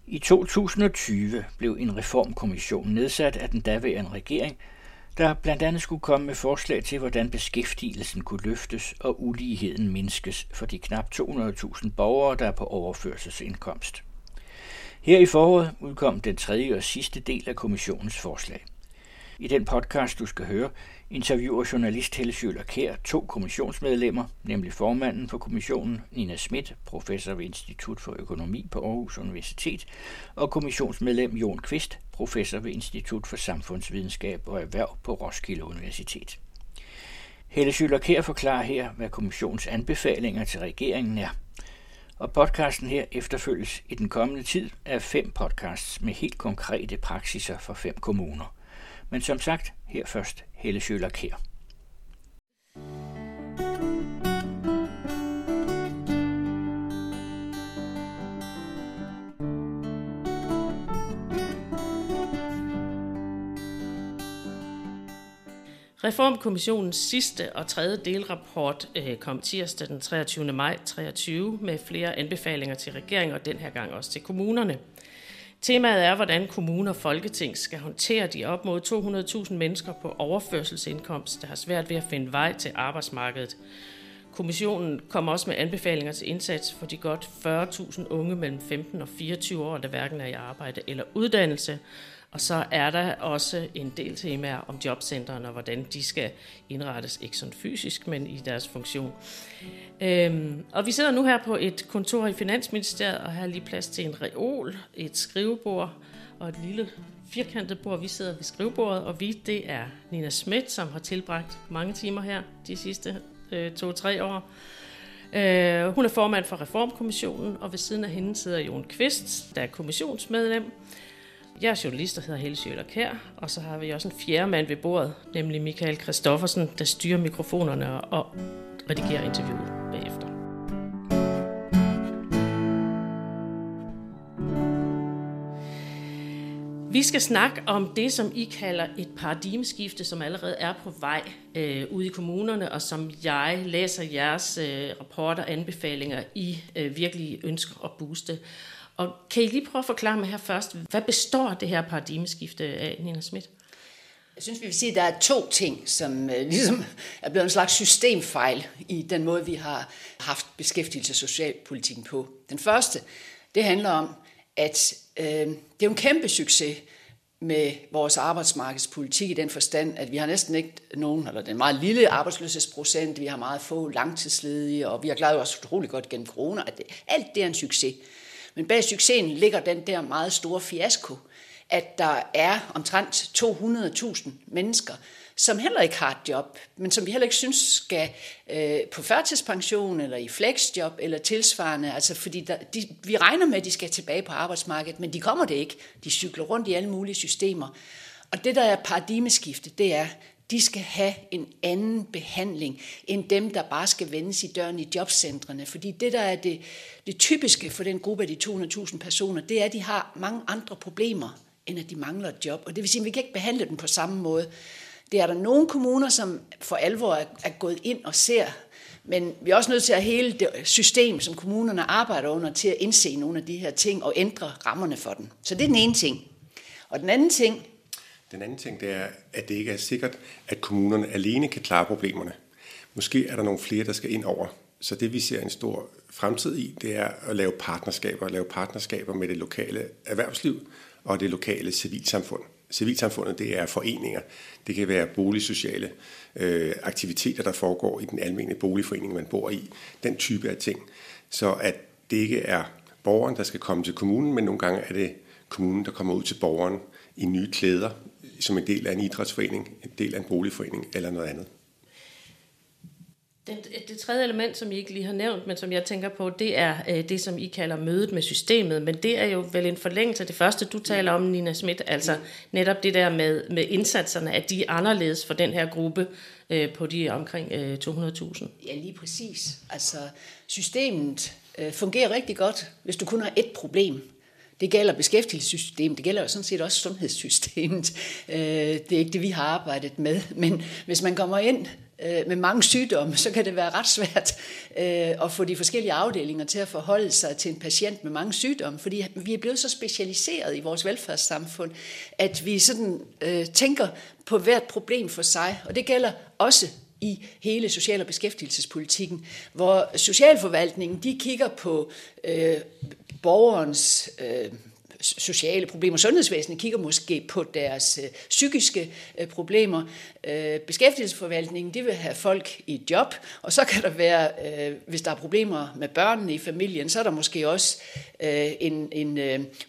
I 2020 blev en reformkommission nedsat af den daværende regering, der blandt andet skulle komme med forslag til, hvordan beskæftigelsen kunne løftes og uligheden mindskes for de knap 200.000 borgere, der er på overførselsindkomst. Her i foråret udkom den tredje og sidste del af kommissionens forslag. I den podcast, du skal høre, interviewer journalist Helle Schøler Kjær 2 kommissionsmedlemmer, nemlig formanden for kommissionen, Nina Schmidt, professor ved Institut for Økonomi på Aarhus Universitet, og kommissionsmedlem Jon Kvist, professor ved Institut for Samfundsvidenskab og Erhverv på Roskilde Universitet. Helle Schøler Kjær forklarer her, hvad kommissionens anbefalinger til regeringen er. Og podcasten her efterfølges i den kommende tid af 5 podcasts med helt konkrete praksiser for 5 kommuner. Men som sagt, her først Helle Schøler Kjær. Reformkommissionens sidste og tredje delrapport kom tirsdag den 23. maj 2023 med flere anbefalinger til regeringen og den her gang også til kommunerne. Temaet er, hvordan kommuner og folketing skal håndtere de op mod 200.000 mennesker på overførselsindkomst, der har svært ved at finde vej til arbejdsmarkedet. Kommissionen kommer også med anbefalinger til indsats for de godt 40.000 unge mellem 15 og 24 år, der hverken er i arbejde eller uddannelse. Og så er der også en del temaer om jobcentrene og hvordan de skal indrettes, ikke sådan fysisk, men i deres funktion. Og vi sidder nu her på et kontor i Finansministeriet, og her er lige plads til en reol, et skrivebord og et lille firkantet bord. Vi sidder ved skrivebordet, og det er Nina Schmidt, som har tilbragt mange timer her de sidste 2-3 år. Hun er formand for Reformkommissionen, og ved siden af hende sidder Jon Kvist, der er kommissionsmedlem. Jeg er journalist og hedder Helle Schøler Kjær, og så har vi også en fjerde mand ved bordet, nemlig Michael Christoffersen, der styrer mikrofonerne og redigerer interviewet bagefter. Vi skal snakke om det, som I kalder et paradigmeskifte, som allerede er på vej ude i kommunerne, og som jeg læser jeres rapporter og anbefalinger, I virkelig ønsker at booste. Og kan I lige prøve at forklare mig her først, hvad består det her paradigmeskifte af, Nina Schmidt? Jeg synes, vi vil sige, at der er 2 ting, som ligesom er blevet en slags systemfejl i den måde, vi har haft beskæftigelse og socialpolitikken på. Den første, det handler om, at det er en kæmpe succes med vores arbejdsmarkedspolitik i den forstand, at vi har næsten ikke nogen, eller den meget lille arbejdsløshedsprocent, vi har meget få langtidsledige, og vi har klaret os utrolig godt gennem corona. Alt det er en succes. Men bag succesen ligger den der meget store fiasko, at der er omtrent 200.000 mennesker, som heller ikke har et job, men som vi heller ikke synes skal på førtidspension eller i flexjob eller tilsvarende. Altså fordi vi regner med, at de skal tilbage på arbejdsmarkedet, men de kommer det ikke. De cykler rundt i alle mulige systemer. Og det, der er paradigmeskifte, det er, de skal have en anden behandling end dem, der bare skal vendes i døren i jobcentrene. Fordi det, der er det typiske for den gruppe af de 200.000 personer, det er, at de har mange andre problemer, end at de mangler et job. Og det vil sige, at vi kan ikke behandle dem på samme måde. Det er der nogle kommuner, som for alvor er gået ind og ser, men vi er også nødt til at hele det system, som kommunerne arbejder under, til at indse nogle af de her ting og ændre rammerne for dem. Så det er den ene ting. Og den anden ting, det er, at det ikke er sikkert, at kommunerne alene kan klare problemerne. Måske er der nogle flere, der skal ind over. Så det, vi ser en stor fremtid i, det er at lave partnerskaber med det lokale erhvervsliv og det lokale civilsamfund. Civilsamfundet, det er foreninger. Det kan være boligsociale aktiviteter, der foregår i den almene boligforening, man bor i. Den type af ting. Så at det ikke er borgeren, der skal komme til kommunen, men nogle gange er det kommunen, der kommer ud til borgeren i nye klæder, som en del af en idrætsforening, en del af en boligforening eller noget andet. Det tredje element, som I ikke lige har nævnt, men som jeg tænker på, det er det, som I kalder mødet med systemet. Men det er jo vel en forlængelse af det første, du taler om, Nina Schmidt. Altså netop det der med indsatserne, at de er anderledes for den her gruppe på de omkring 200.000. Ja, lige præcis. Altså systemet fungerer rigtig godt, hvis du kun har ét problem. Det gælder beskæftigelsessystemet, det gælder jo sådan set også sundhedssystemet. Det er ikke det, vi har arbejdet med, men hvis man kommer ind med mange sygdomme, så kan det være ret svært at få de forskellige afdelinger til at forholde sig til en patient med mange sygdomme, fordi vi er blevet så specialiseret i vores velfærdssamfund, at vi sådan tænker på hvert problem for sig, og det gælder også i hele social- og beskæftigelsespolitikken, hvor socialforvaltningen, de kigger på borgerens sociale problemer. Sundhedsvæsenet kigger måske på deres psykiske problemer. Beskæftigelsesforvaltningen, de vil have folk i job, og så kan der være, hvis der er problemer med børnene i familien, så er der måske også en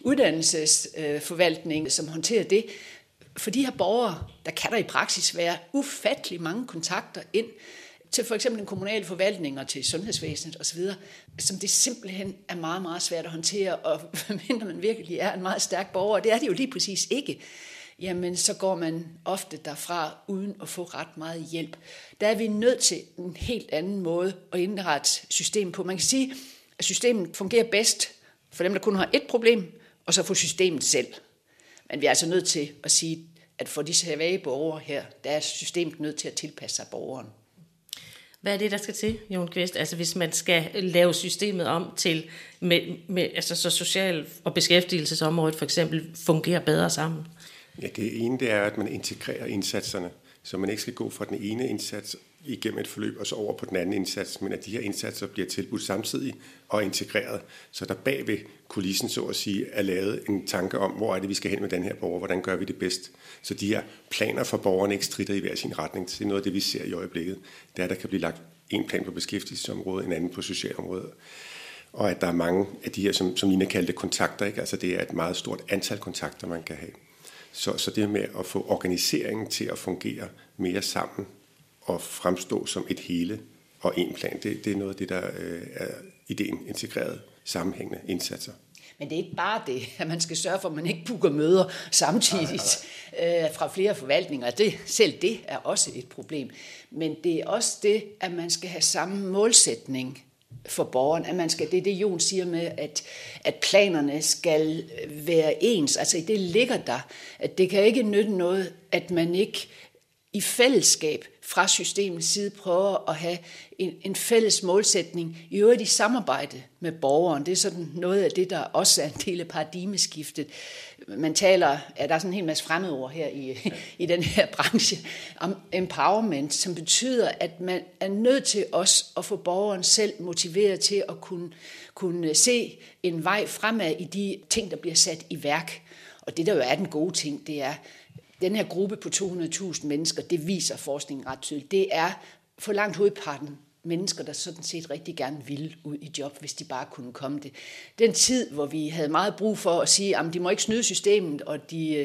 uddannelsesforvaltning, som håndterer det. For de her borgere, der kan der i praksis være ufattelig mange kontakter ind til for eksempel en kommunal forvaltning og til sundhedsvæsenet osv., som det simpelthen er meget, meget svært at håndtere, og mindre man virkelig er en meget stærk borger, og det er det jo lige præcis ikke, jamen så går man ofte derfra uden at få ret meget hjælp. Der er vi nødt til en helt anden måde at indrette systemet på. Man kan sige, at systemet fungerer bedst for dem, der kun har et problem, og så for systemet selv. Men vi er altså nødt til at sige, at for de svage borgere her, der er systemet nødt til at tilpasse sig borgeren. Hvad er det, der skal til, Jon Qvist? Altså hvis man skal lave systemet om til, altså så social- og beskæftigelsesområdet for eksempel fungerer bedre sammen? Ja, det ene det er, at man integrerer indsatserne, så man ikke skal gå fra den ene indsats igennem et forløb og så over på den anden indsats, men at de her indsatser bliver tilbudt samtidig og integreret, så der bag ved kulissen, så at sige, er lavet en tanke om, hvor er det, vi skal hen med den her borger, hvordan gør vi det bedst. Så de her planer for borgerne ikke stritter i hver sin retning. Det er noget af det, vi ser i øjeblikket. Det er, at der kan blive lagt en plan på beskæftigelsesområdet, en anden på socialområdet. Og at der er mange af de her, som Nina kaldte kontakter, ikke? Altså det er et meget stort antal kontakter, man kan have. Så det med at få organiseringen til at fungere mere sammen og fremstå som et hele og en plan, det er noget af det, der er ideen, integreret sammenhængende indsatser. Men det er ikke bare det, at man skal sørge for, at man ikke booker møder samtidigt fra flere forvaltninger. Selv det er også et problem. Men det er også det, at man skal have samme målsætning for borgeren. At man skal, det er det, Jon siger med, at planerne skal være ens. Altså i det ligger der, at det kan ikke nytte noget, at man ikke i fællesskab fra systemets side prøver at have en fælles målsætning, i øvrigt i samarbejde med borgeren. Det er sådan noget af det, der også er en del af paradigmeskiftet. Man taler, der er sådan en hel masse fremmedord her i den her branche, om empowerment, som betyder, at man er nødt til også at få borgeren selv motiveret til at kunne se en vej fremad i de ting, der bliver sat i værk. Og det, der jo er den gode ting, det er, den her gruppe på 200.000 mennesker, det viser forskningen ret tydeligt. Det er for langt hovedparten mennesker, der sådan set rigtig gerne ville ud i job, hvis de bare kunne komme det. Den tid, hvor vi havde meget brug for at sige, at de må ikke snyde systemet, og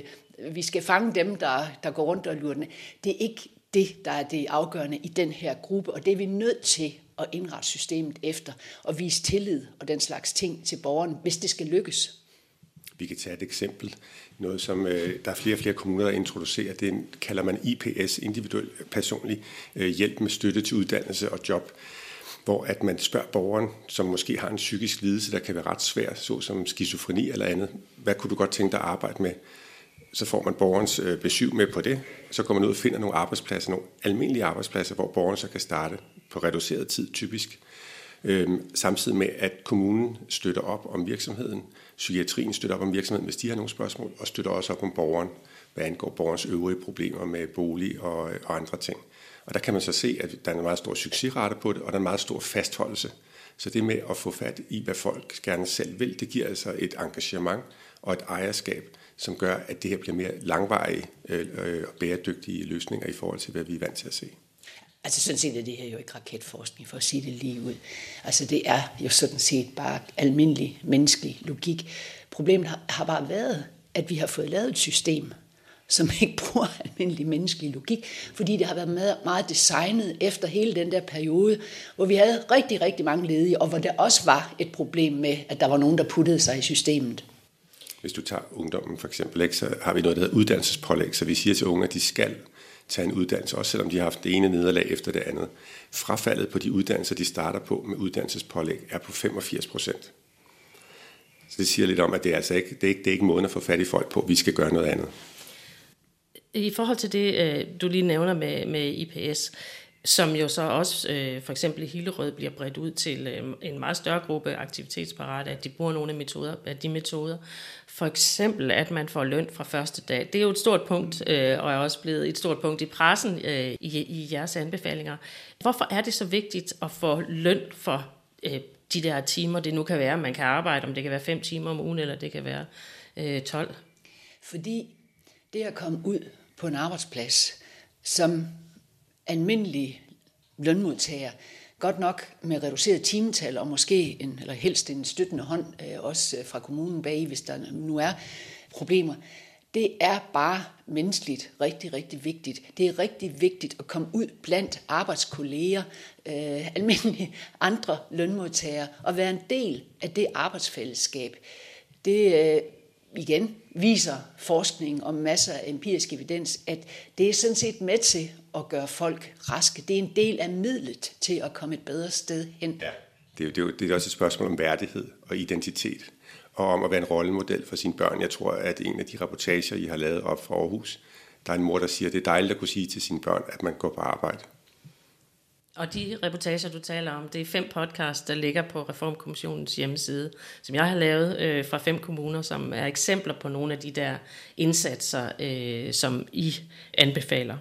vi skal fange dem, der går rundt og lurer den. Det er ikke det, der er det afgørende i den her gruppe, og det er vi nødt til at indrette systemet efter, og vise tillid og den slags ting til borgeren, hvis det skal lykkes. Vi kan tage et eksempel. Noget, som der er flere og flere kommuner, der introducerer. Det kalder man IPS, individuel personlig hjælp med støtte til uddannelse og job, hvor at man spørger borgeren, som måske har en psykisk lidelse, der kan være ret svær, såsom skizofreni eller andet. Hvad kunne du godt tænke dig at arbejde med? Så får man borgerens besøg med på det. Så går man ud og finder nogle arbejdspladser, nogle almindelige arbejdspladser, hvor borgeren så kan starte på reduceret tid typisk. Samtidig med, at kommunen støtter op om virksomheden, psykiatrien støtter op om virksomheden, hvis de har nogle spørgsmål, og støtter også op om borgeren, hvad angår borgerens øvrige problemer med bolig og andre ting. Og der kan man så se, at der er en meget stor succesrate på det, og der er en meget stor fastholdelse. Så det med at få fat i, hvad folk gerne selv vil, det giver altså et engagement og et ejerskab, som gør, at det her bliver mere langvarige og bæredygtige løsninger i forhold til, hvad vi er vant til at se. Altså sådan set er det her jo ikke raketforskning, for at sige det lige ud. Altså det er jo sådan set bare almindelig menneskelig logik. Problemet har bare været, at vi har fået lavet et system, som ikke bruger almindelig menneskelig logik, fordi det har været meget designet efter hele den der periode, hvor vi havde rigtig, rigtig mange ledige, og hvor der også var et problem med, at der var nogen, der puttede sig i systemet. Hvis du tager ungdommen for eksempel, så har vi noget, der hedder uddannelsespålæg, så vi siger til unge, at de skal tage en uddannelse, også selvom de har haft det ene nederlag efter det andet. Frafaldet på de uddannelser, de starter på med uddannelsespålæg, er på 85%. Så det siger lidt om, at det er altså ikke, det er ikke måden at få fat i folk på, vi skal gøre noget andet. I forhold til det, du lige nævner med IPS, som jo så også for eksempel i Hillerød bliver bredt ud til en meget større gruppe aktivitetsparate, at de bruger nogle af de metoder. For eksempel, at man får løn fra første dag. Det er jo et stort punkt, og er også blevet et stort punkt i pressen i jeres anbefalinger. Hvorfor er det så vigtigt at få løn for de der timer, det nu kan være, man kan arbejde, om det kan være 5 timer om ugen, eller det kan være 12? Fordi det at komme ud på en arbejdsplads som almindelig lønmodtager, godt nok med reduceret timetal og måske eller helst en støttende hånd også fra kommunen bag, hvis der nu er problemer, det er bare menneskeligt rigtig, rigtig vigtigt. Det er rigtig vigtigt at komme ud blandt arbejdskolleger, almindelige andre lønmodtagere, og være en del af det arbejdsfællesskab. Det igen viser forskning og masser af empirisk evidens, at det er sådan set med til at gøre folk raske. Det er en del af midlet til at komme et bedre sted hen. Ja. Det er også et spørgsmål om værdighed og identitet, og om at være en rollemodel for sine børn. Jeg tror, at en af de reportager, I har lavet op fra Aarhus, der er en mor, der siger, at det er dejligt at kunne sige til sine børn, at man går på arbejde. Og de reportager, du taler om, det er 5 podcasts, der ligger på Reformkommissionens hjemmeside, som jeg har lavet fra 5 kommuner, som er eksempler på nogle af de der indsatser, som I anbefaler.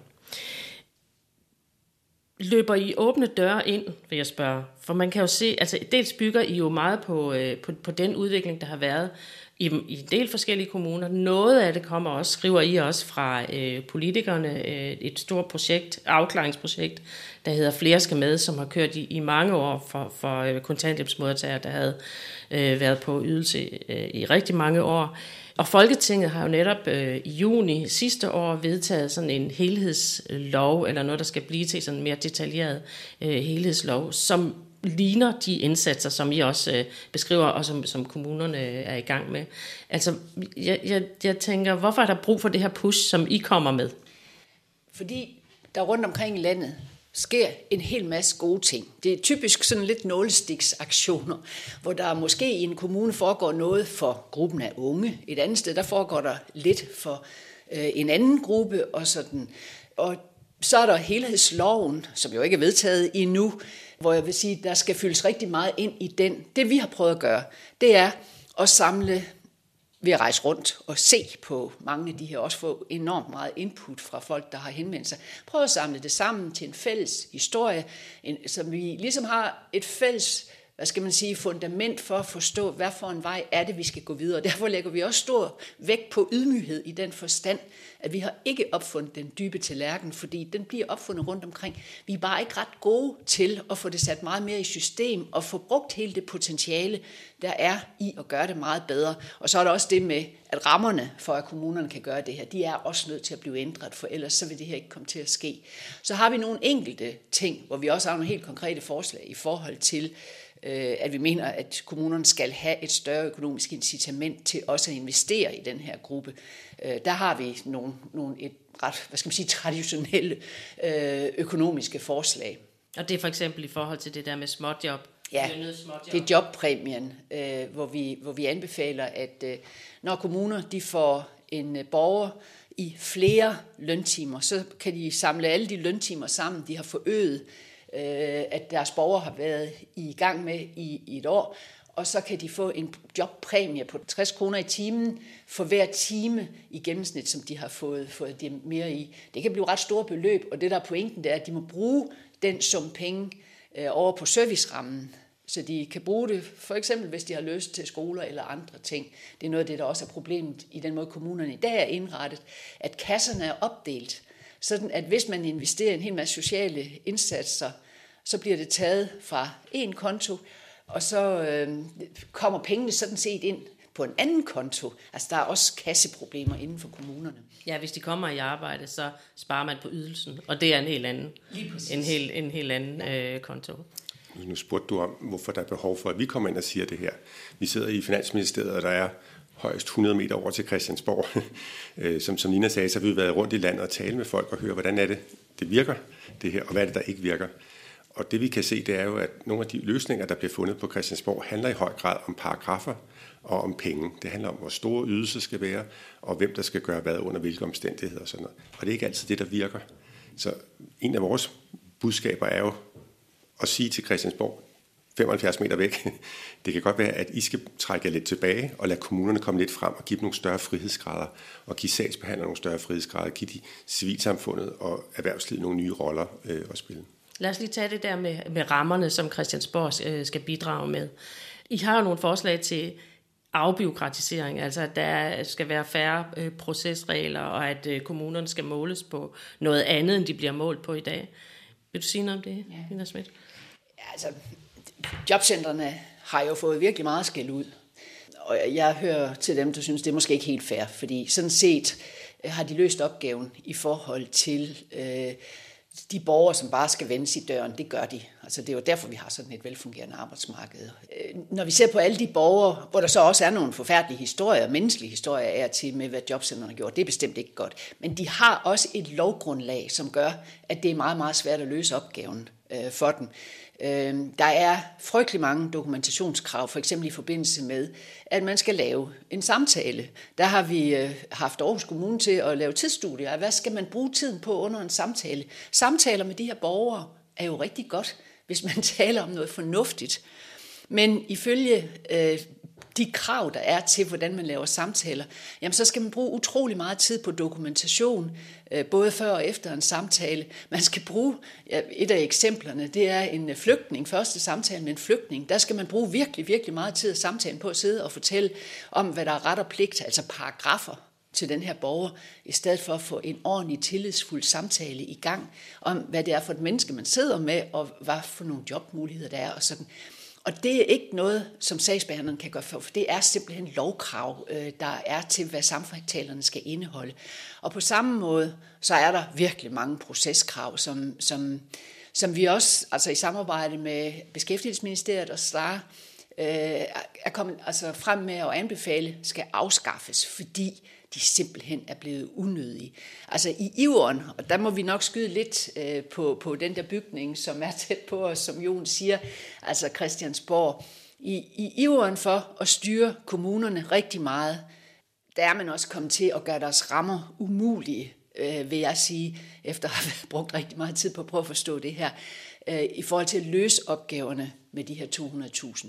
Løber I åbne døre ind, vil jeg spørge? For man kan jo se, altså dels bygger I jo meget på den udvikling, der har været i en del forskellige kommuner. Noget af det kommer også, skriver I også fra politikerne, et stort projekt, afklaringsprojekt, der hedder Flere skal med, som har kørt i mange år for kontanthjælpsmodtagere, der havde været på ydelse i rigtig mange år. Og Folketinget har jo netop i juni sidste år vedtaget sådan en helhedslov, eller noget, der skal blive til sådan en mere detaljeret helhedslov, som ligner de indsatser, som I også beskriver, og som kommunerne er i gang med. Altså, jeg tænker, hvorfor er der brug for det her push, som I kommer med? Fordi der rundt omkring i landet sker en hel masse gode ting. Det er typisk sådan lidt nålestiksaktioner, hvor der måske i en kommune foregår noget for gruppen af unge. Et andet sted, der foregår der lidt for en anden gruppe og sådan. Og så er der helhedsloven, som jo ikke er vedtaget endnu, hvor jeg vil sige, der skal fyldes rigtig meget ind i den. Det vi har prøvet at gøre, det er at samle ved at rejse rundt og se på mange af de her, også få enormt meget input fra folk, der har henvendt sig. Prøv at samle det sammen til en fælles historie, som vi ligesom har et fælles, fundament for at forstå, hvad for en vej er det, vi skal gå videre. Derfor lægger vi også stor vægt på ydmyghed i den forstand, at vi har ikke opfundet den dybe tallerken, fordi den bliver opfundet rundt omkring. Vi er bare ikke ret gode til at få det sat meget mere i system og få brugt hele det potentiale, der er i at gøre det meget bedre. Og så er der også det med, at rammerne for, at kommunerne kan gøre det her, de er også nødt til at blive ændret, for ellers så vil det her ikke komme til at ske. Så har vi nogle enkelte ting, hvor vi også har nogle helt konkrete forslag i forhold til, at vi mener, at kommunerne skal have et større økonomisk incitament til også at investere i den her gruppe. Der har vi et ret, traditionelle økonomiske forslag. Og det er for eksempel i forhold til det der med småjob. Ja, det er jobpræmien, hvor vi anbefaler, at når kommuner de får en borger i flere løntimer, så kan de samle alle de løntimer sammen, de har forøget, at deres borgere har været i gang med i et år, og så kan de få en jobpræmie på 60 kroner i timen for hver time i gennemsnit, som de har fået det mere i. Det kan blive ret store beløb, og det der er pointen, det er, at de må bruge den sum penge over på servicerammen, så de kan bruge det, for eksempel hvis de har lyst til skoler eller andre ting. Det er noget af det, der også er problemet i den måde, kommunerne i dag er indrettet, at kasserne er opdelt, sådan at hvis man investerer en hel masse sociale indsatser, så bliver det taget fra en konto, og så kommer pengene sådan set ind på en anden konto. Altså der er også kasseproblemer inden for kommunerne. Ja, hvis de kommer i arbejde, så sparer man på ydelsen, og det er en helt anden, en helt anden konto. Nu spurgte du om, hvorfor der er behov for, at vi kommer ind og siger det her. Vi sidder i Finansministeriet, og der er højst 100 meter over til Christiansborg. Som Nina sagde, så har vi været rundt i landet og tale med folk og høre, hvordan er det virker, det her, og hvad er det, der ikke virker. Og det vi kan se, det er jo, at nogle af de løsninger, der bliver fundet på Christiansborg, handler i høj grad om paragrafer og om penge. Det handler om, hvor store ydelser skal være, og hvem der skal gøre hvad under hvilke omstændigheder og sådan noget. Og det er ikke altid det, der virker. Så en af vores budskaber er jo at sige til Christiansborg, 75 meter væk, det kan godt være, at I skal trække jer lidt tilbage og lade kommunerne komme lidt frem og give dem nogle større frihedsgrader, og give sagsbehandlere nogle større frihedsgrader, give de civilsamfundet og erhvervslivet nogle nye roller at spille. Lad os lige tage det der med rammerne, som Christiansborg skal bidrage med. I har jo nogle forslag til afbureaukratisering, altså at der skal være færre procesregler, og at kommunerne skal måles på noget andet, end de bliver målt på i dag. Vil du sige noget om det, Nina Schmidt? Ja, altså, jobcentrene har jo fået virkelig meget skæld ud. Og jeg hører til dem, der synes, det er måske ikke helt fair, fordi sådan set har de løst opgaven i forhold til de borgere, som bare skal vendes i døren. Det gør de. Altså, det er jo derfor, vi har sådan et velfungerende arbejdsmarked. Når vi ser på alle de borgere, hvor der så også er nogle forfærdelige historier, menneskelige historier af til med, hvad jobcentrene har gjort, det er bestemt ikke godt. Men de har også et lovgrundlag, som gør, at det er meget, meget svært at løse opgaven for dem. Der er frygtelig mange dokumentationskrav, for eksempel i forbindelse med, at man skal lave en samtale. Der har vi haft Aarhus Kommune til at lave tidsstudier. Hvad skal man bruge tiden på under en samtale? Samtaler med de her borgere er jo rigtig godt, hvis man taler om noget fornuftigt. Men ifølge de krav, der er til, hvordan man laver samtaler, jamen så skal man bruge utrolig meget tid på dokumentation, både før og efter en samtale. Man skal bruge, et af eksemplerne, det er en flygtning, første samtale med en flygtning. Der skal man bruge virkelig, virkelig meget tid af samtalen på at sidde og fortælle om, hvad der er ret og pligt, altså paragrafer til den her borger, i stedet for at få en ordentlig, tillidsfuld samtale i gang, om hvad det er for et menneske, man sidder med, og hvad for nogle jobmuligheder der er, og sådan. Og det er ikke noget, som sagsbehandleren kan gøre for det er simpelthen lovkrav, der er til, hvad samtalerne skal indeholde. Og på samme måde, så er der virkelig mange proceskrav, som vi også, altså i samarbejde med Beskæftigelsesministeriet og STAR, er kommet frem med at anbefale, skal afskaffes, fordi de simpelthen er blevet unødige. Altså i iveren, og der må vi nok skyde lidt på den der bygning, som er tæt på os, som Jon siger, altså Christiansborg. I iveren for at styre kommunerne rigtig meget, der er man også kommet til at gøre deres rammer umulige, vil jeg sige, efter at have brugt rigtig meget tid på at prøve at forstå det her, i forhold til at løse opgaverne med de her 200.000.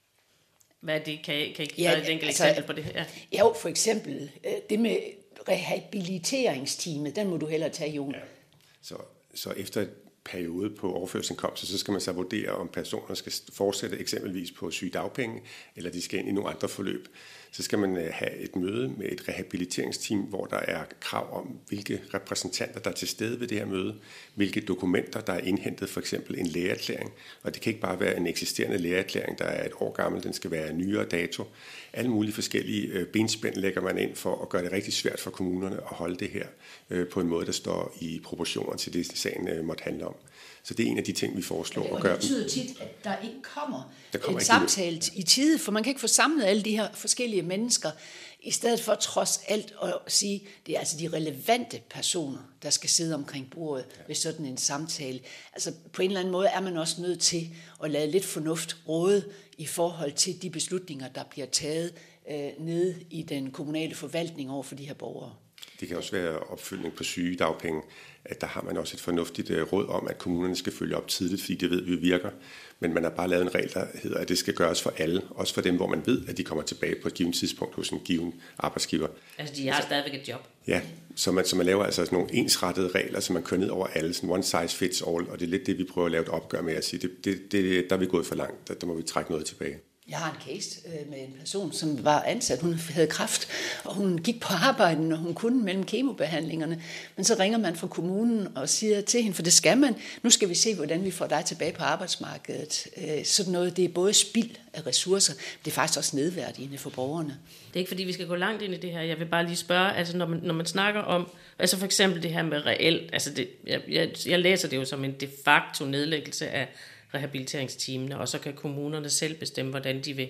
Hvad er det? Kan I give et enkelt eksempel på det her? Ja. Jo, for eksempel det med rehabiliteringsteamet, den må du hellere tage, Jon. Ja. Så efter et periode på overførselsindkomst, så skal man så vurdere, om personer skal fortsætte eksempelvis på sygedagpenge, eller de skal ind i nogle andre forløb. Så skal man have et møde med et rehabiliteringsteam, hvor der er krav om, hvilke repræsentanter, der er til stede ved det her møde, hvilke dokumenter, der er indhentet, for eksempel en lægeerklæring. Og det kan ikke bare være en eksisterende lægeerklæring, der er et år gammel, den skal være nyere dato. Alle mulige forskellige benspænd lægger man ind for at gøre det rigtig svært for kommunerne at holde det her på en måde, der står i proportioner til det, sagen måtte handle om. Så det er en af de ting, vi foreslår at gøre. Og det betyder tit, at der ikke kommer en samtale i tide, for man kan ikke få samlet alle de her forskellige mennesker, i stedet for trods alt at sige, det er altså de relevante personer, der skal sidde omkring bordet ved sådan en samtale. Altså på en eller anden måde er man også nødt til at lade lidt fornuft råde i forhold til de beslutninger, der bliver taget nede i den kommunale forvaltning over for de her borgere. Det kan også være opfølgning på sygedagpenge, at der har man også et fornuftigt råd om, at kommunerne skal følge op tidligt, fordi det ved vi virker. Men man har bare lavet en regel, der hedder, at det skal gøres for alle, også for dem, hvor man ved, at de kommer tilbage på et givet tidspunkt hos en given arbejdsgiver. Altså de har stadigvæk et job? Ja, så man laver altså sådan nogle ensrettede regler, som man kører ned over alle, sådan one size fits all, og det er lidt det, vi prøver at lave et opgør med at sige, der er vi gået for langt, der må vi trække noget tilbage. Jeg har en case med en person, som var ansat. Hun havde kræft, og hun gik på arbejde, når hun kunne mellem kemobehandlingerne. Men så ringer man fra kommunen og siger til hende, for det skal man, nu skal vi se, hvordan vi får dig tilbage på arbejdsmarkedet. Sådan noget, det er både spild af ressourcer, det er faktisk også nedværdigende for borgerne. Det er ikke fordi, vi skal gå langt ind i det her. Jeg vil bare lige spørge, altså når man snakker om, altså for eksempel det her med reelt, altså jeg læser det jo som en de facto nedlæggelse af rehabiliteringsteamene, og så kan kommunerne selv bestemme, hvordan de vil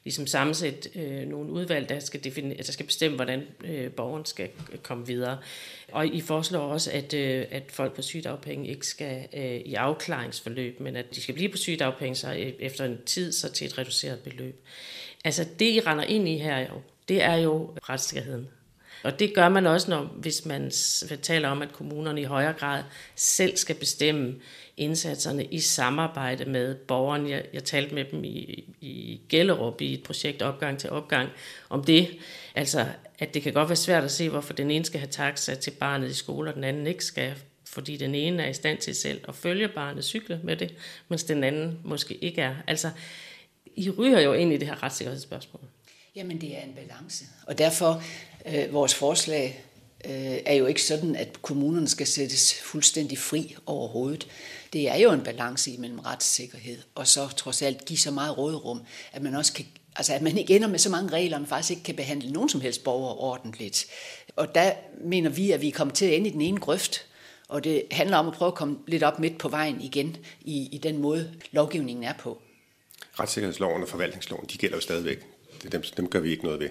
ligesom sammensætte nogle udvalg, der skal bestemme, hvordan borgeren skal komme videre. Og I foreslår også, at folk på sygedagpenge ikke skal i afklaringsforløb, men at de skal blive på sygedagpenge så efter en tid så til et reduceret beløb. Altså det, I render ind i her, det er jo retssikkerheden. Og det gør man også, hvis man taler om, at kommunerne i højere grad selv skal bestemme indsatserne i samarbejde med borgeren. Jeg talte med dem i Gellerup i et projekt Opgang til Opgang om det. Altså, at det kan godt være svært at se, hvorfor den ene skal have taxa til barnet i skole, og den anden ikke skal, fordi den ene er i stand til selv at følge barnet, cykle med det, mens den anden måske ikke er. Altså, I ryger jo ind i det her retssikkerhedsspørgsmål. Jamen, det er en balance. Og derfor, vores forslag er jo ikke sådan, at kommunerne skal sættes fuldstændig fri overhovedet. Det er jo en balance imellem retssikkerhed, og så trods alt give så meget råderum, at man også kan, altså at man ikke ender med så mange regler, man faktisk ikke kan behandle nogen som helst borger ordentligt. Og der mener vi, at vi er kommet til at ende i den ene grøft, og det handler om at prøve at komme lidt op midt på vejen igen i den måde, lovgivningen er på. Retssikkerhedsloven og forvaltningsloven, de gælder jo stadigvæk. Dem gør vi ikke noget ved.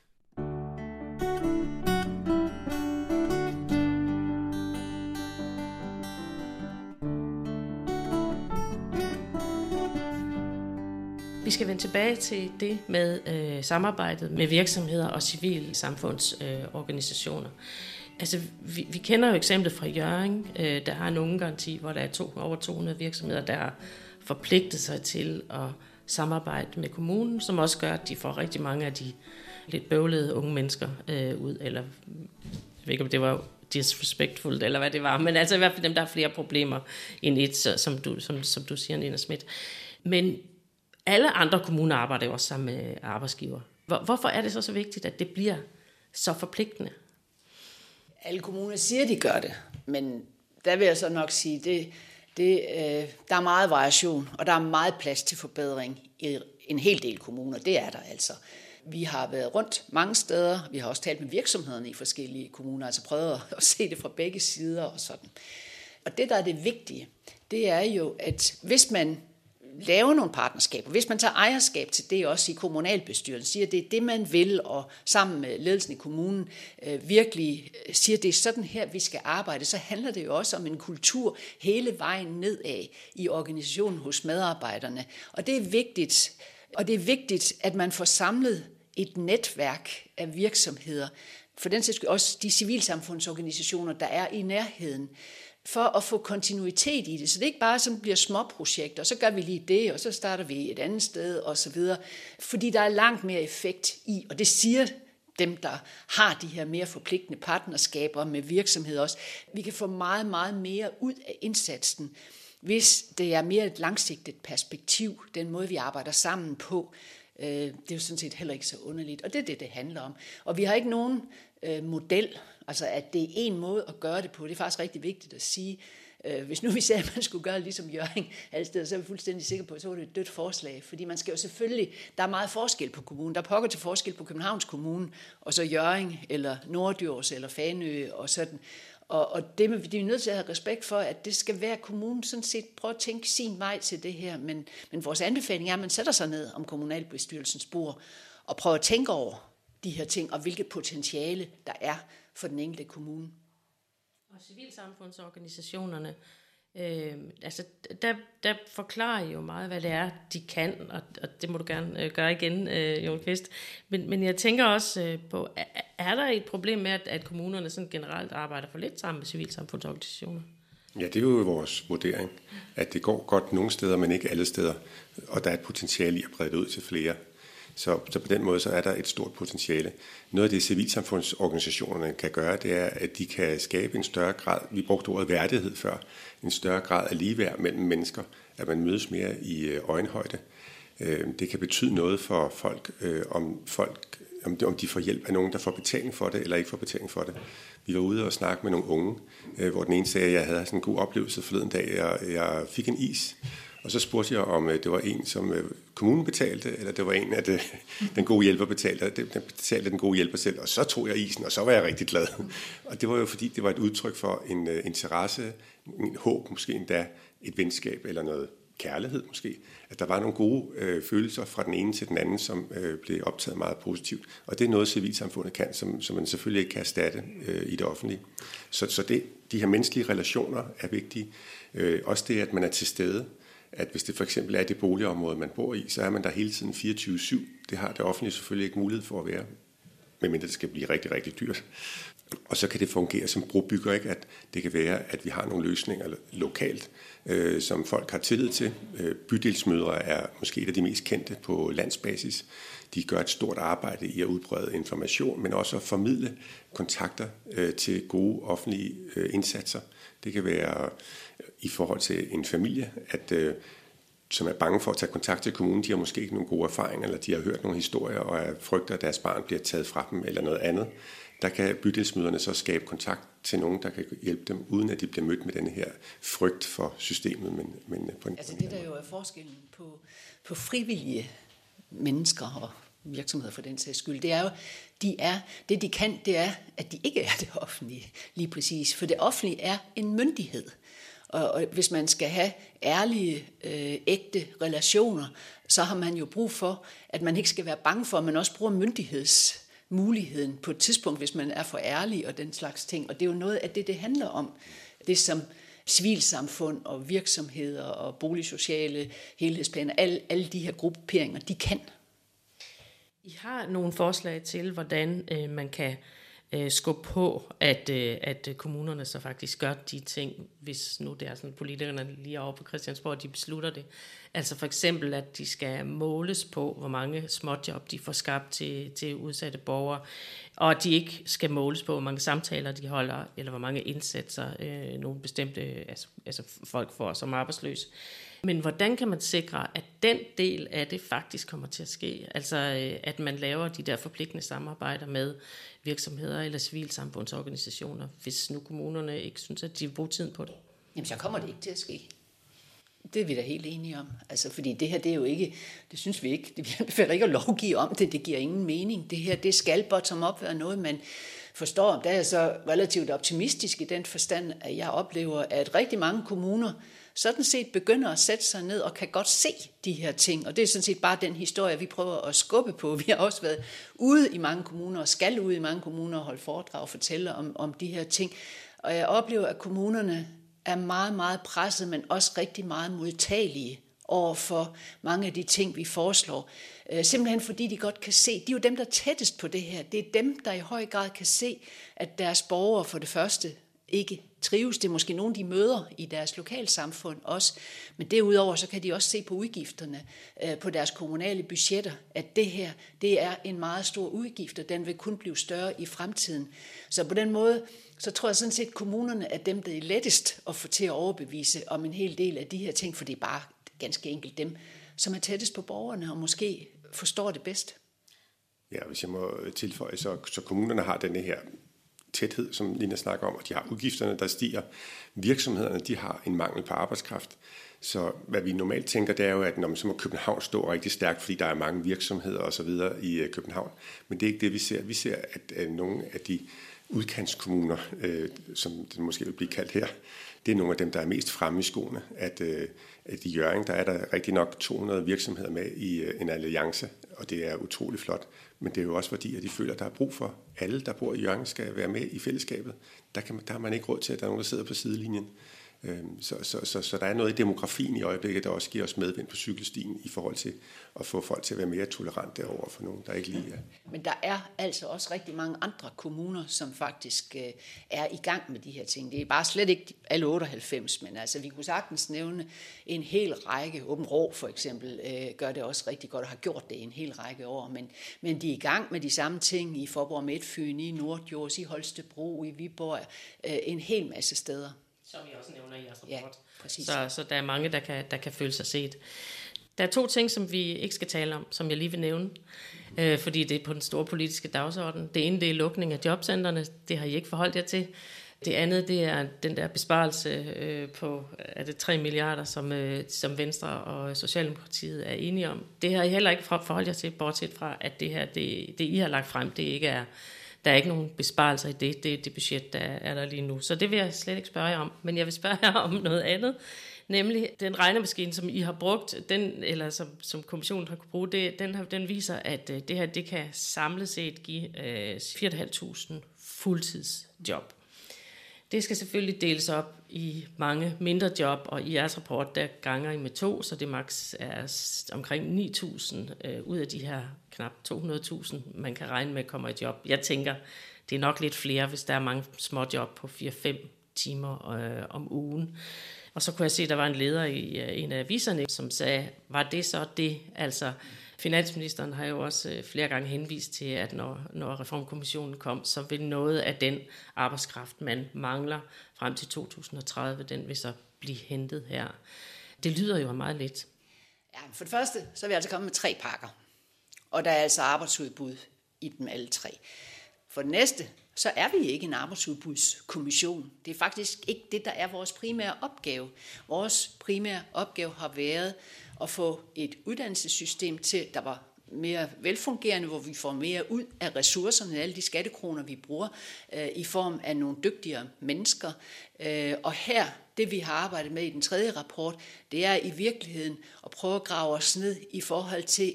Vi skal vende tilbage til det med samarbejdet med virksomheder og civilsamfundsorganisationer. Altså, vi kender jo eksemplet fra Hjørring, der har en ungegaranti, hvor der er over 200 virksomheder, der har forpligtet sig til at samarbejde med kommunen, som også gør, at de får rigtig mange af de lidt bøvlede unge mennesker ud, eller jeg ved ikke, om det var disrespectful, eller hvad det var, men altså i hvert fald dem, der har flere problemer end et, som du siger, Nina Schmidt. Men alle andre kommuner arbejder jo også sammen med arbejdsgiver. Hvorfor er det så vigtigt, at det bliver så forpligtende? Alle kommuner siger, de gør det, men der vil jeg så nok sige, der er meget variation, og der er meget plads til forbedring i en hel del kommuner. Det er der altså. Vi har været rundt mange steder. Vi har også talt med virksomhederne i forskellige kommuner, altså prøvet at se det fra begge sider og sådan. Og det, der er det vigtige, det er jo, at hvis man laver nogle partnerskaber, hvis man tager ejerskab til det også i kommunalbestyrelsen, siger, at det er det, man vil, og sammen med ledelsen i kommunen virkelig siger, at det er sådan her, vi skal arbejde, så handler det jo også om en kultur hele vejen nedad i organisationen hos medarbejderne. Og det er vigtigt, at man får samlet et netværk af virksomheder, for den sags skyld også de civilsamfundsorganisationer, der er i nærheden, for at få kontinuitet i det. Så det er ikke bare sådan, bliver småprojekter, og så gør vi lige det, og så starter vi et andet sted, og så videre. Fordi der er langt mere effekt i, og det siger dem, der har de her mere forpligtende partnerskaber med virksomheder også. Vi kan få meget, meget mere ud af indsatsen, hvis det er mere et langsigtet perspektiv, den måde, vi arbejder sammen på. Det er jo sådan set heller ikke så underligt, og det er det handler om. Og vi har ikke nogen model, altså at det er en måde at gøre det på. Det er faktisk rigtig vigtigt at sige. Hvis nu vi sagde, at man skulle gøre ligesom Hjørring alle steder, så er vi fuldstændig sikre på, at så var det et dødt forslag. Fordi man skal jo selvfølgelig, der er meget forskel på kommunen. Der er pokker til forskel på Københavns Kommune, og så Hjørring, eller Norddjurs, eller Fanø, og sådan. Og det er vi nødt til at have respekt for, at det skal være kommunen sådan set prøve at tænke sin vej til det her. Men vores anbefaling er, at man sætter sig ned om kommunalbestyrelsens bord og prøver at tænke over de her ting, og hvilket potentiale der er for den enkelte kommune. Og civilsamfundsorganisationerne, altså der forklarer jo meget, hvad det er, de kan, og det må du gerne gøre igen, Jon Kvist. Men jeg tænker også på, er der et problem med, at kommunerne sådan generelt arbejder for lidt sammen med civilsamfundsorganisationer? Ja, det er jo vores vurdering, at det går godt nogle steder, men ikke alle steder, og der er et potentiale i at brede det ud til flere. Så på den måde så er der et stort potentiale. Noget af det, civilsamfundsorganisationerne kan gøre, det er, at de kan skabe en større grad, vi brugte ordet værdighed før, en større grad af ligeværd mellem mennesker, at man mødes mere i øjenhøjde. Det kan betyde noget for om de får hjælp af nogen, der får betaling for det, eller ikke får betaling for det. Vi var ude og snakke med nogle unge, hvor den ene sagde, at jeg havde sådan en god oplevelse forleden dag, jeg fik en is. Og så spurgte jeg, om det var en, som kommunen betalte, eller det var en, at den gode hjælper betalte. Den betalte den gode hjælper selv, og så tog jeg isen, og så var jeg rigtig glad. Og det var jo fordi, det var et udtryk for en interesse, en håb, måske endda et venskab eller noget kærlighed måske. At der var nogle gode følelser fra den ene til den anden, som blev optaget meget positivt. Og det er noget, civilsamfundet kan, som man selvfølgelig ikke kan erstatte i det offentlige. Så de her menneskelige relationer er vigtige. Også det, at man er til stede. At hvis det for eksempel er det boligområde, man bor i, så er man der hele tiden 24/7. Det har det offentlige selvfølgelig ikke mulighed for at være, medmindre det skal blive rigtig, rigtig dyrt. Og så kan det fungere som brobygger, ikke? At det kan være, at vi har nogle løsninger lokalt, som folk har tillid til. Bydelsmødre er måske et af de mest kendte på landsbasis. De gør et stort arbejde i at udbrede information, men også at formidle kontakter til gode offentlige indsatser. Det kan være i forhold til en familie, som er bange for at tage kontakt til kommunen. De har måske ikke nogen gode erfaringer, eller de har hørt nogle historier og frygter, at deres barn bliver taget fra dem, eller noget andet. Der kan bydelsmøderne så skabe kontakt til nogen, der kan hjælpe dem, uden at de bliver mødt med denne her frygt for systemet. Men altså det, der jo er forskellen på frivillige mennesker og virksomheder for den sags skyld, det er jo, det de kan, det er, at de ikke er det offentlige, lige præcis. For det offentlige er en myndighed. Og hvis man skal have ærlige, ægte relationer, så har man jo brug for, at man ikke skal være bange for, at man også bruger myndighedsmuligheden på et tidspunkt, hvis man er for ærlig og den slags ting. Og det er jo noget af det handler om. Det som civilsamfund og virksomheder og boligsociale helhedsplaner, alle de her grupperinger, de kan. I har nogle forslag til, hvordan man kan skubbe på, at kommunerne så faktisk gør de ting, hvis nu det er sådan, politikerne lige over på Christiansborg, de beslutter det. Altså for eksempel, at de skal måles på, hvor mange småjob de får skabt til udsatte borgere, og at de ikke skal måles på, hvor mange samtaler de holder, eller hvor mange indsatser nogle bestemte altså folk får som arbejdsløse. Men hvordan kan man sikre, at den del af det faktisk kommer til at ske? Altså at man laver de der forpligtende samarbejder med virksomheder eller civilsamfundsorganisationer, hvis nu kommunerne ikke synes, at de vil bruge tiden på det? Jamen så kommer det ikke til at ske. Det er vi da helt enige om. Altså, fordi det her, det er jo ikke, det synes vi ikke, vi anbefaler ikke at lovgive om det, det giver ingen mening. Det her, det skal bottom up være noget, man forstår. Der er jeg så relativt optimistisk i den forstand, at jeg oplever, at rigtig mange kommuner sådan set begynder at sætte sig ned og kan godt se de her ting. Og det er sådan set bare den historie, vi prøver at skubbe på. Vi har også været ude i mange kommuner og skal ud i mange kommuner og holde foredrag og fortælle om de her ting. Og jeg oplever, at kommunerne er meget, meget presset, men også rigtig meget modtagelige over for mange af de ting, vi foreslår. Simpelthen fordi de godt kan se, de er jo dem, der er tættest på det her. Det er dem, der i høj grad kan se, at deres borgere for det første ikke trives. Det er måske nogen, de møder i deres lokalsamfund også. Men derudover så kan de også se på udgifterne på deres kommunale budgetter, at det her, det er en meget stor udgift, og den vil kun blive større i fremtiden. Så på den måde, så tror jeg sådan set, at kommunerne er dem, der er lettest at få til at overbevise om en hel del af de her ting, for det er bare ganske enkelt dem, som er tættest på borgerne og måske forstår det bedst. Ja, hvis jeg må tilføje, så kommunerne har denne her tæthed, som Lina snakker om, og de har udgifterne, der stiger. Virksomhederne, de har en mangel på arbejdskraft. Så hvad vi normalt tænker, det er jo, at så må København stå rigtig stærkt, fordi der er mange virksomheder og så videre i København. Men det er ikke det, vi ser. Vi ser, at nogle af de udkantskommuner, som det måske vil blive kaldt her, det er nogle af dem, der er mest fremme i skoene. At i Hjørring, der er der rigtig nok 200 virksomheder med i en alliance, og det er utrolig flot. Men det er jo også fordi, at de føler, at der er brug for alle, der bor i Hjørring, skal være med i fællesskabet. Der har man ikke råd til, at der er nogen, der sidder på sidelinjen. Så der er noget i demografien i øjeblikket, der også giver os medvind på cykelstien i forhold til at få folk til at være mere tolerante over for nogen, der ikke lige er. Men der er altså også rigtig mange andre kommuner, som faktisk er i gang med de her ting. Det er bare slet ikke alle 98, men altså vi kunne sagtens nævne en hel række. Åben Rå for eksempel gør det også rigtig godt og har gjort det en hel række år. Men de er i gang med de samme ting i Faaborg Midtfyn, i Nordjurs, i Holstebro, i Viborg, en hel masse steder. Som I også nævner i jeres rapport. Ja, præcis. Så der er mange, der kan føle sig set. Der er 2 ting, som vi ikke skal tale om, som jeg lige vil nævne, fordi det er på den store politiske dagsorden. Det ene, det er lukning af jobcentrene. Det har I ikke forholdt jer til. Det andet, det er den der besparelse på 3 milliarder, som Venstre og Socialdemokratiet er enige om. Det har I heller ikke forholdt jer til, bortset fra, at det her, det I har lagt frem, det ikke er... Der er ikke nogen besparelser i det. Det er det budget, der er der lige nu. Så det vil jeg slet ikke spørge jer om. Men jeg vil spørge jer om noget andet. Nemlig den regnemaskine, som I har brugt, eller som kommissionen har kunne bruge, den viser, at det her det kan samlet set give 4.500 fuldtidsjob. Det skal selvfølgelig deles op i mange mindre job, og i jeres rapport, der ganger I med 2, så det maks er omkring 9.000 ud af de her knap 200.000, man kan regne med kommer i job. Jeg tænker, det er nok lidt flere, hvis der er mange små job på 4-5 timer om ugen. Og så kunne jeg se, at der var en leder i en af aviserne, som sagde, var det så det? Altså, finansministeren har jo også flere gange henvist til, at når reformkommissionen kom, så vil noget af den arbejdskraft, man mangler frem til 2030, den vil så blive hentet her. Det lyder jo meget lidt. Ja, for det første, så er vi altså kommet med 3 pakker. Og der er altså arbejdsudbud i dem alle 3. For det næste, så er vi ikke en arbejdsudbudskommission. Det er faktisk ikke det, der er vores primære opgave. Vores primære opgave har været at få et uddannelsessystem til, der var mere velfungerende, hvor vi får mere ud af ressourcerne, alle de skattekroner, vi bruger, i form af nogle dygtigere mennesker. Og her, det vi har arbejdet med i den 3. rapport, det er i virkeligheden at prøve at grave os ned i forhold til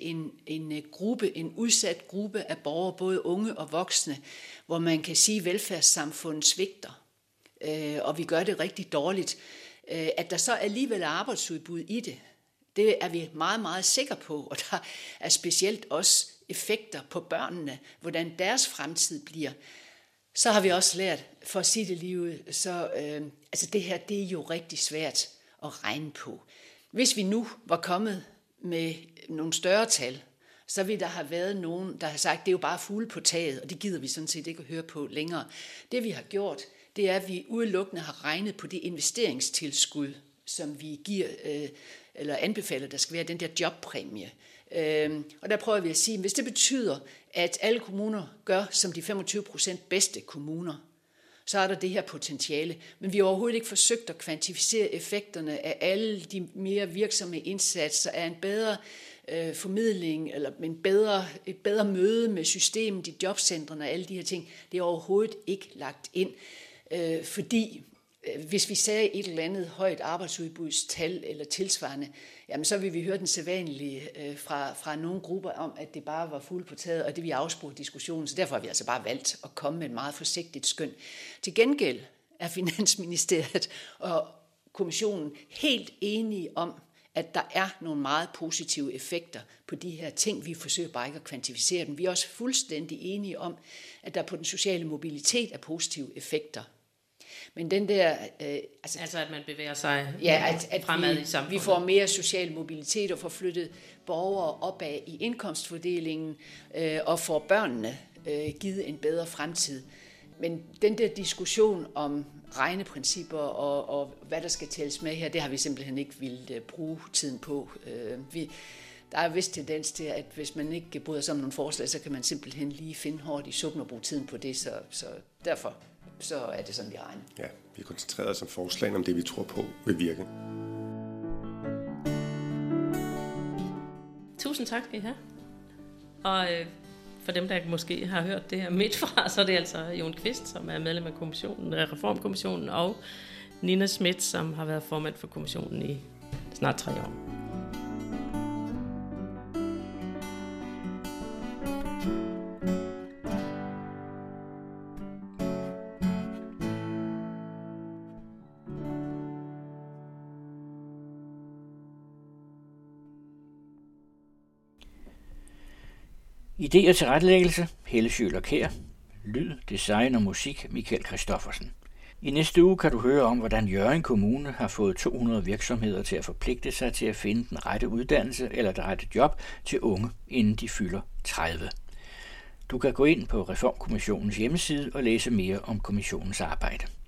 en udsat gruppe af borgere, både unge og voksne, hvor man kan sige, at velfærdssamfundet svigter, og vi gør det rigtig dårligt. At der så alligevel er arbejdsudbud i det, det er vi meget, meget sikre på, og der er specielt også effekter på børnene, hvordan deres fremtid bliver. Så har vi også lært, for at sige det lige ud, så altså det her, det er jo rigtig svært at regne på. Hvis vi nu var kommet med nogle større tal, så ville der have været nogen, der har sagt, det er jo bare fugle på taget, og det gider vi sådan set ikke at høre på længere. Det vi har gjort, det er, at vi udelukkende har regnet på det investeringstilskud, som vi giver, eller anbefaler, der skal være den der jobpræmie. Og der prøver vi at sige, at hvis det betyder, at alle kommuner gør som de 25% bedste kommuner, så er der det her potentiale. Men vi har overhovedet ikke forsøgt at kvantificere effekterne af alle de mere virksomme indsatser, af en bedre formidling, eller et bedre møde med systemet i jobcentrene og alle de her ting. Det er overhovedet ikke lagt ind, fordi hvis vi sagde et eller andet højt arbejdsudbudstal eller tilsvarende, jamen så vil vi høre den sædvanlige fra nogle grupper om, at det bare var fuld på taget, og det vil afspore diskussionen. Så derfor har vi altså bare valgt at komme med et meget forsigtigt skøn. Til gengæld er Finansministeriet og kommissionen helt enige om, at der er nogle meget positive effekter på de her ting. Vi forsøger bare ikke at kvantificere dem. Vi er også fuldstændig enige om, at der på den sociale mobilitet er positive effekter. Men den der... altså at man bevæger sig at fremad i samfundet. Vi får mere social mobilitet og får flyttet borgere opad i indkomstfordelingen og får børnene givet en bedre fremtid. Men den der diskussion om regneprincipper og hvad der skal tælles med her, det har vi simpelthen ikke ville bruge tiden på. Der er vist tendens til, at hvis man ikke bryder sig om nogle forslag, så kan man simpelthen lige finde hårdt i suppen og bruge tiden på det. Så derfor så er det sådan, vi regner. Ja, vi koncentrerer os om forslagene om det, vi tror på vil virke. Tusind tak skal I have. Og for dem, der måske har hørt det her midt fra, så er det altså Jon Kvist, som er medlem af Reformkommissionen, og Nina Schmidt, som har været formand for kommissionen i snart 3 år. Idé og tilrettelæggelse, Helle Schøler Kjær. Lyd, design og musik, Michael Christoffersen. I næste uge kan du høre om, hvordan Hjørring Kommune har fået 200 virksomheder til at forpligte sig til at finde den rette uddannelse eller det rette job til unge, inden de fylder 30. Du kan gå ind på Reformkommissionens hjemmeside og læse mere om kommissionens arbejde.